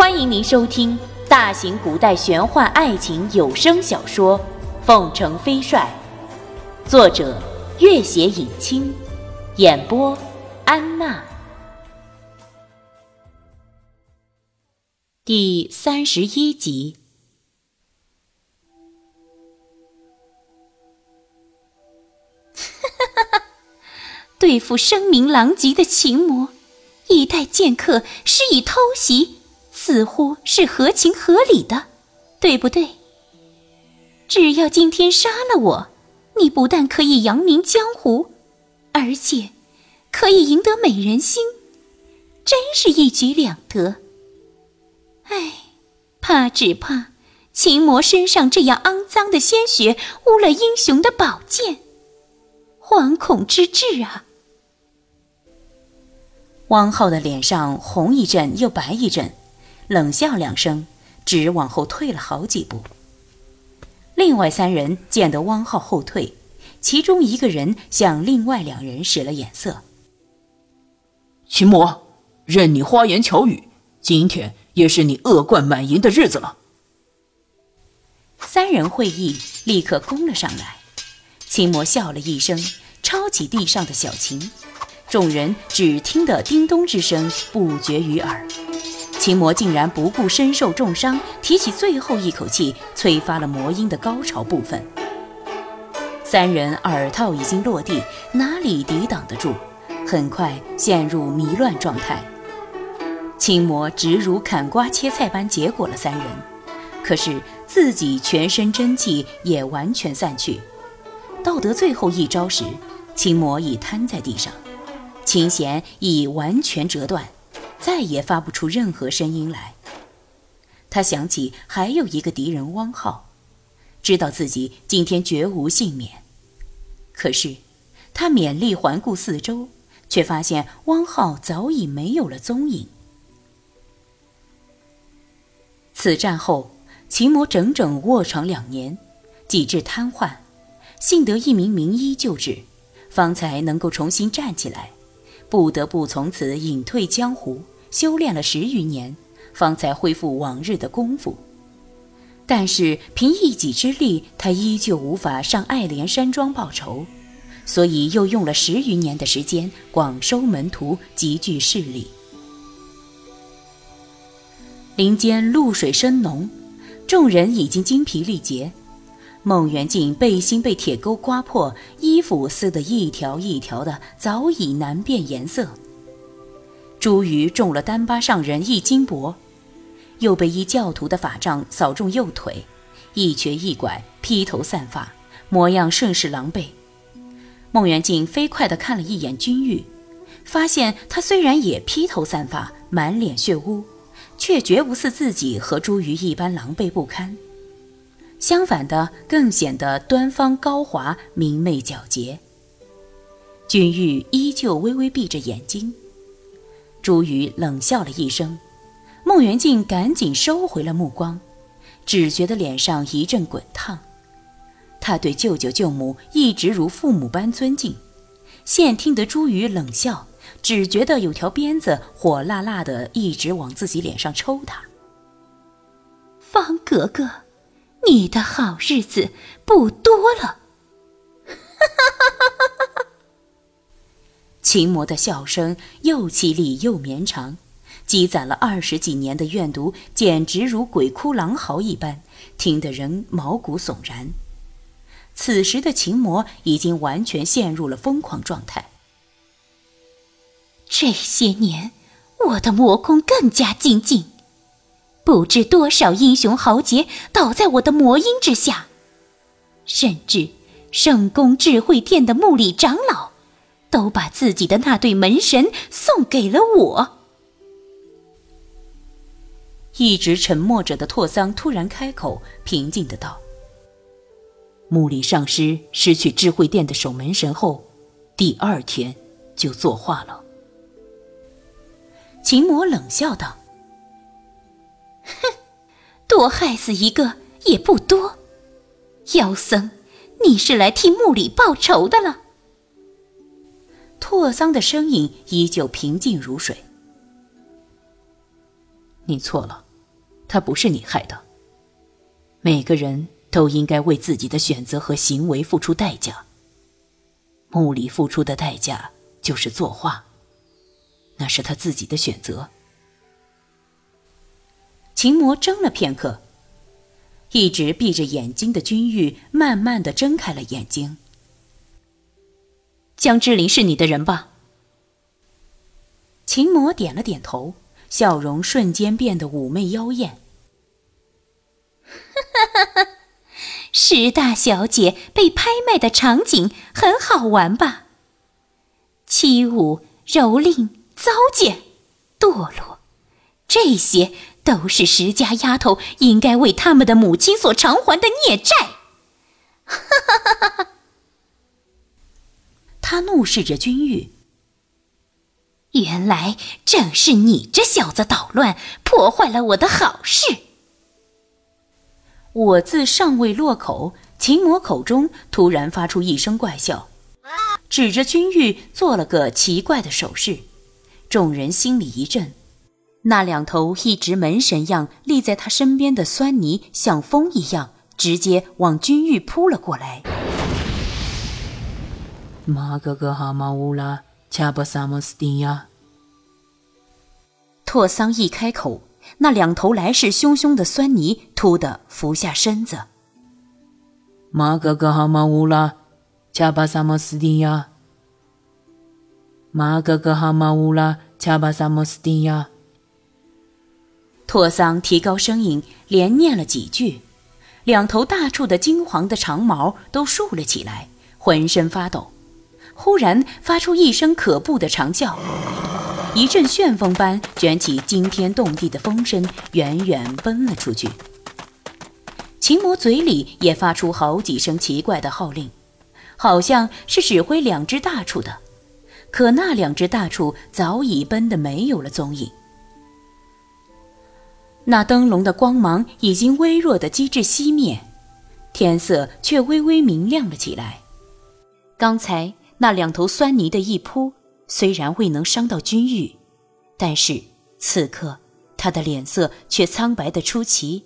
欢迎您收听大型古代玄幻爱情有声小说《凤城飞帅》，作者月写影清，演播安娜。第31集。对付声名狼藉的秦魔，一代剑客施以偷袭，似乎是合情合理的，对不对？只要今天杀了我，你不但可以扬名江湖，而且可以赢得美人心，真是一举两得。只怕秦魔身上这样肮脏的鲜血污了英雄的宝剑，惶恐之至啊！汪浩的脸上红一阵又白一阵，冷笑两声，只往后退了好几步。另外三人见得汪浩后退，其中一个人向另外两人使了眼色。 秦魔，任你花言巧语，今天也是你恶贯满盈的日子了。 三人会意，立刻攻了上来。秦魔笑了一声，抄起地上的小琴，众人只听得叮咚之声不绝于耳。秦魔竟然不顾身受重伤，提起最后一口气，催发了魔音的高潮部分。三人耳套已经落地，哪里抵挡得住，很快陷入迷乱状态。秦魔直如砍瓜切菜般结果了三人，可是自己全身真气也完全散去。到得最后一招时，秦魔已瘫在地上，琴弦已完全折断，再也发不出任何声音来。他想起还有一个敌人汪浩，知道自己今天绝无幸免。可是他勉力环顾四周，却发现汪浩早已没有了踪影。此战后，秦魔整整卧床2年，几至瘫痪，幸得一名名医救治，方才能够重新站起来，不得不从此隐退江湖，修炼了10余年，方才恢复往日的功夫。但是凭一己之力，他依旧无法上爱莲山庄报仇，所以又用了10余年的时间，广收门徒，集聚势力。林间露水深浓，众人已经精疲力竭。孟元敬背心被铁钩刮破，衣服撕得一条一条的，早已难辨颜色。朱瑜中了单八上人一金帛，又被一教徒的法杖扫中右腿，一瘸一拐，披头散发，模样甚是狼狈。孟元敬飞快地看了一眼君玉，发现他虽然也披头散发，满脸血污，却绝不似自己和朱瑜一般狼狈不堪，相反的更显得端方高华，明媚皎洁。君玉依旧微微闭着眼睛。朱瑜冷笑了一声，孟元敬赶紧收回了目光，只觉得脸上一阵滚烫。他对舅舅舅母一直如父母般尊敬，现听得朱瑜冷笑，只觉得有条鞭子火辣辣的一直往自己脸上抽他。方格格，你的好日子不多了。秦魔的笑声又凄厉又绵长，积攒了20几年的怨毒简直如鬼哭狼嚎一般，听得人毛骨悚然。此时的秦魔已经完全陷入了疯狂状态。这些年，我的魔功更加精进，不知多少英雄豪杰倒在我的魔音之下，甚至圣宫智慧殿的木里长老都把自己的那对门神送给了我。一直沉默着的拓桑突然开口，平静地道：木里上师失去智慧殿的守门神后，第2天就作画了。秦魔冷笑道：哼，多害死一个也不多。妖僧，你是来替木里报仇的了。拓桑的声音依旧平静如水。 你错了， 他不是你害的。每个人都应该为自己的选择和行为付出代价。穆里付出的代价就是作画，那是他自己的选择。 秦魔怔了片刻，一直闭着眼睛的君玉慢慢地睁开了眼睛。 江之琳是你的人吧？ 秦魔点了点头，笑容瞬间变得妩媚妖艳。 石大小姐被拍卖的场景很好玩吧？欺侮、蹂躏、糟践、堕落，这些都是石家丫头应该为他们的母亲所偿还的孽债。 他怒视着君玉， 原来正是你这小子捣乱，破坏了我的好事。 我字尚未落口，秦魔口中突然发出一声怪笑，指着君玉做了个奇怪的手势。众人心里一震，那两头一直门神样立在他身边的酸泥像风一样直接往君玉扑了过来。 马哥哥哈马乌拉恰巴萨莫斯丁呀！ 拓桑一开口，那两头来势汹汹的酸泥突地俯下身子。 马哥哥哈马乌拉恰巴萨莫斯丁呀！马哥哥哈马乌拉恰巴萨莫斯丁呀！ 拓桑提高声音连念了几句，两头大处的金黄的长毛都竖了起来，浑身发抖，忽然发出一声可怖的长叫，一阵旋风般卷起惊天动地的风声，远远奔了出去。秦魔嘴里也发出好几声奇怪的号令，好像是指挥两只大处的，可那两只大处早已奔得没有了踪影。那灯笼的光芒已经微弱的机智熄灭，天色却微微明亮了起来。刚才那两头酸泥的一扑，虽然未能伤到君玉，但是此刻他的脸色却苍白得出奇。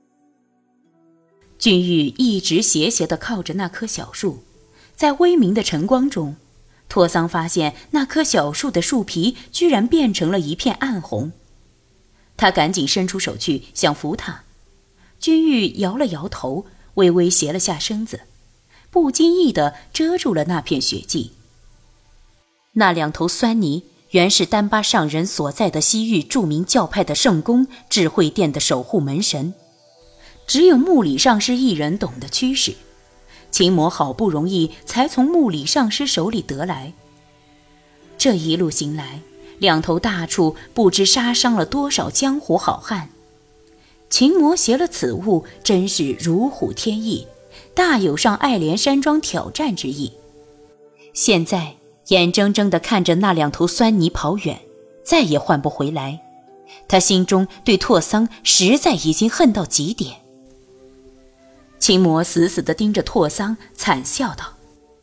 君玉一直斜斜地靠着那棵小树，在微明的晨光中，拓桑发现那棵小树的树皮居然变成了一片暗红。他赶紧伸出手去想扶他，君玉摇了摇头，微微斜了下身子，不经意地遮住了那片血迹。那两头酸泥原是丹巴上人所在的西域著名教派的圣宫智慧殿的守护门神，只有穆里上师一人懂得驱使，秦魔好不容易才从穆里上师手里得来。这一路行来，两头大处不知杀伤了多少江湖好汉。秦魔携了此物，真是如虎添翼，大有上爱莲山庄挑战之意。现在眼睁睁地看着那两头酸泥跑远，再也换不回来，他心中对拓桑实在已经恨到极点。秦魔死死地盯着拓桑，惨笑道：“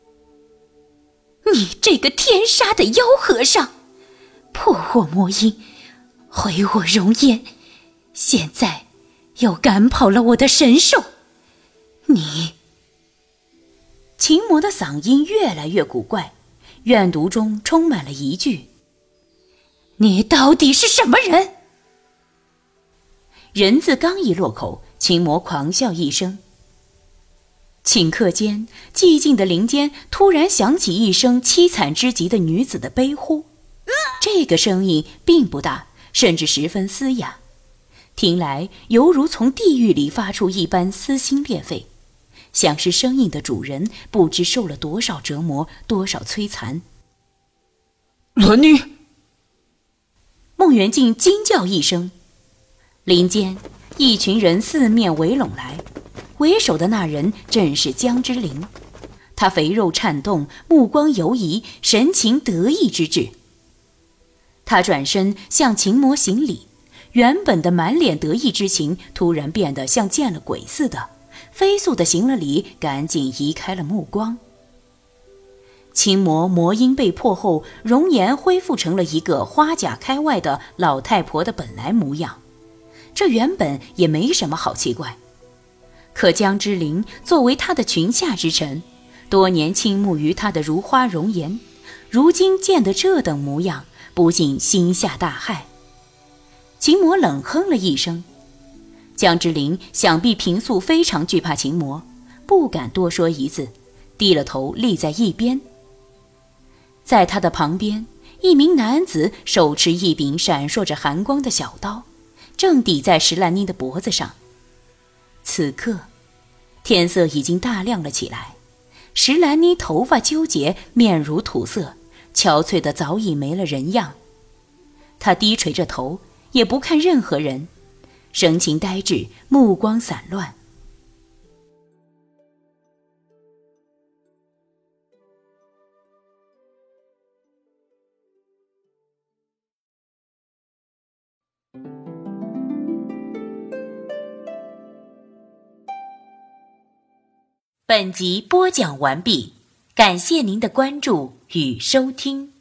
你这个天杀的妖和尚，破我魔音，毁我容颜，现在又赶跑了我的神兽，你……” 秦魔的嗓音越来越古怪，怨毒中充满了疑惧：“ 你到底是什么人？” 人字刚一落口，秦魔狂笑一声。顷刻间，寂静的林间突然响起一声凄惨之极的女子的悲呼。这个声音并不大，甚至十分嘶哑，听来犹如从地狱里发出一般撕心裂肺，像是声音的主人不知受了多少折磨，多少摧残。 伦女！ 孟元敬惊叫一声，林间一群人四面围拢来，为首的那人正是江之琳。他肥肉颤动，目光游移，神情得意之至。他转身向秦魔行礼，原本的满脸得意之情突然变得像见了鬼似的，飞速地行了礼，赶紧移开了目光。秦魔魔音被破后，容颜恢复成了一个花甲开外的老太婆的本来模样， 这原本也没什么好奇怪。可江之琳作为他的裙下之臣，多年倾慕于他的如花容颜，如今见得这等模样，不禁心下大骇。秦魔冷哼了一声，江之琳想必平素非常惧怕秦魔，不敢多说一字，低了头立在一边。在他的旁边，一名男子手持一柄闪烁着寒光的小刀，正抵在石兰妮的脖子上。此刻天色已经大亮了起来，石兰妮头发纠结，面如土色，憔悴的早已没了人样。她低垂着头，也不看任何人，神情呆滞，目光散乱。 本集播讲完毕，感谢您的关注与收听。